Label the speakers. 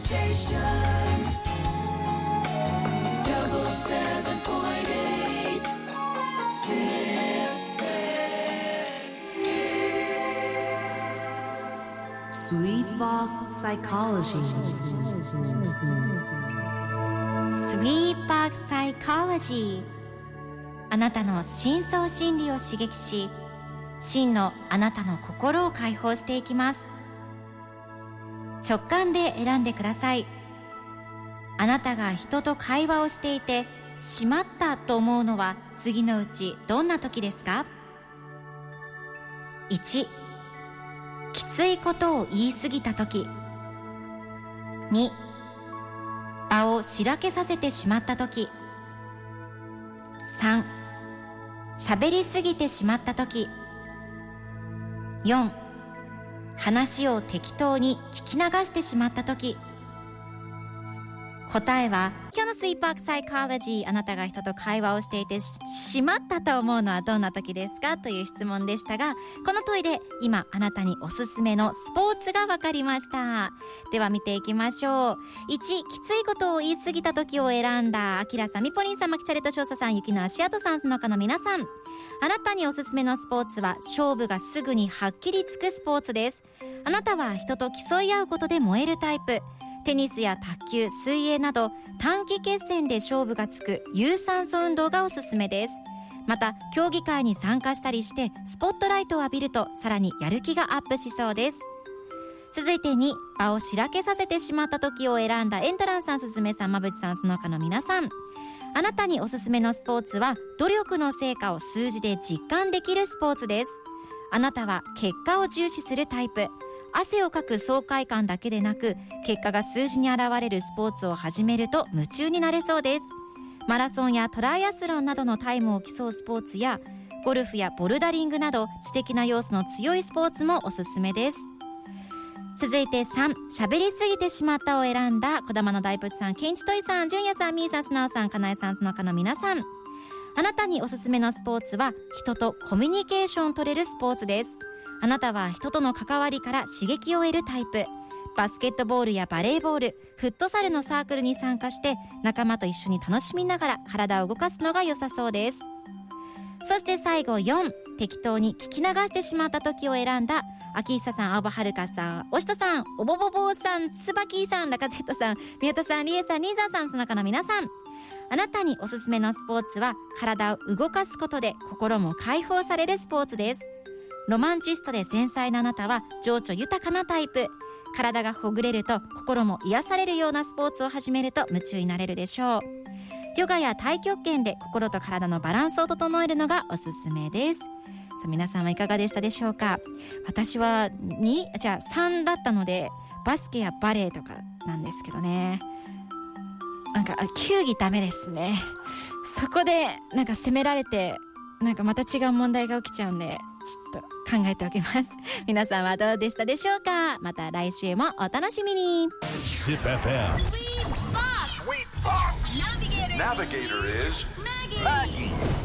Speaker 1: station double 7.8
Speaker 2: Sweetbox Psychology
Speaker 3: Sweetbox Psychology あなたの深層心理を刺激し、真のあなたの心を解放していきます。直感で選んでください。あなたが人と会話をしていてしまったと思うのは次のうちどんな時ですか？ 1. きついことを言い過ぎた時。 2. 場をしらけさせてしまった時。 3. 喋りすぎてしまった時。 4. 話を適当に聞き流してしまった時。答えは今日のスイーパーサイコロジー、あなたが人と会話をしていて しまったと思うのはどんな時ですかという質問でしたが、この問いで今あなたにおすすめのスポーツが分かりました。では見ていきましょう。1、きついことを言い過ぎた時を選んだあきらさん、みぽりんさん、まきちゃれとしょうささん、ゆきの足跡さん、その他の皆さん、あなたにおすすめのスポーツは勝負がすぐにはっきりつくスポーツです。あなたは人と競い合うことで燃えるタイプ。テニスや卓球、水泳など短期決戦で勝負がつく有酸素運動がおすすめです。また競技会に参加したりしてスポットライトを浴びるとさらにやる気がアップしそうです。続いて2、場をしらけさせてしまった時を選んだエントランさん、すずめさん、まぶちさん、その他の皆さん、あなたにおすすめのスポーツは努力の成果を数字で実感できるスポーツです。あなたは結果を重視するタイプ。汗をかく爽快感だけでなく結果が数字に現れるスポーツを始めると夢中になれそうです。マラソンやトライアスロンなどのタイムを競うスポーツやゴルフやボルダリングなど知的な要素の強いスポーツもおすすめです。続いて3、喋りすぎてしまったを選んだ小玉の大仏さん、ケンチトイさん、純也さん、ミーさん、スナオさん、かなえさん、その他の皆さん、あなたにおすすめのスポーツは人とコミュニケーションを取れるスポーツです。あなたは人との関わりから刺激を得るタイプ。バスケットボールやバレーボール、フットサルのサークルに参加して仲間と一緒に楽しみながら体を動かすのが良さそうです。そして最後4、適当に聞き流してしまった時を選んだ秋久さん、青葉はるかさん、おしとさん、おぼぼぼさん、つばきさん、ラカゼットさん、宮田さん、りえさん、リーザーさん、その他の皆さん、あなたにおすすめのスポーツは体を動かすことで心も解放されるスポーツです。ロマンチストで繊細なあなたは情緒豊かなタイプ。体がほぐれると心も癒されるようなスポーツを始めると夢中になれるでしょう。ヨガや太極拳で心と体のバランスを整えるのがおすすめです。さあ皆さんはいかがでしたでしょうか。私は3だったのでバスケやバレーとかなんですけどね、なんか球技ダメですね。そこでなんか責められてなんかまた違う問題が起きちゃうんでちょっと考えておきます。皆さんはどうでしたでしょうか。また来週もお楽しみに。
Speaker 4: ZIP-FM
Speaker 1: Sweet Box
Speaker 4: Navigator is Maggie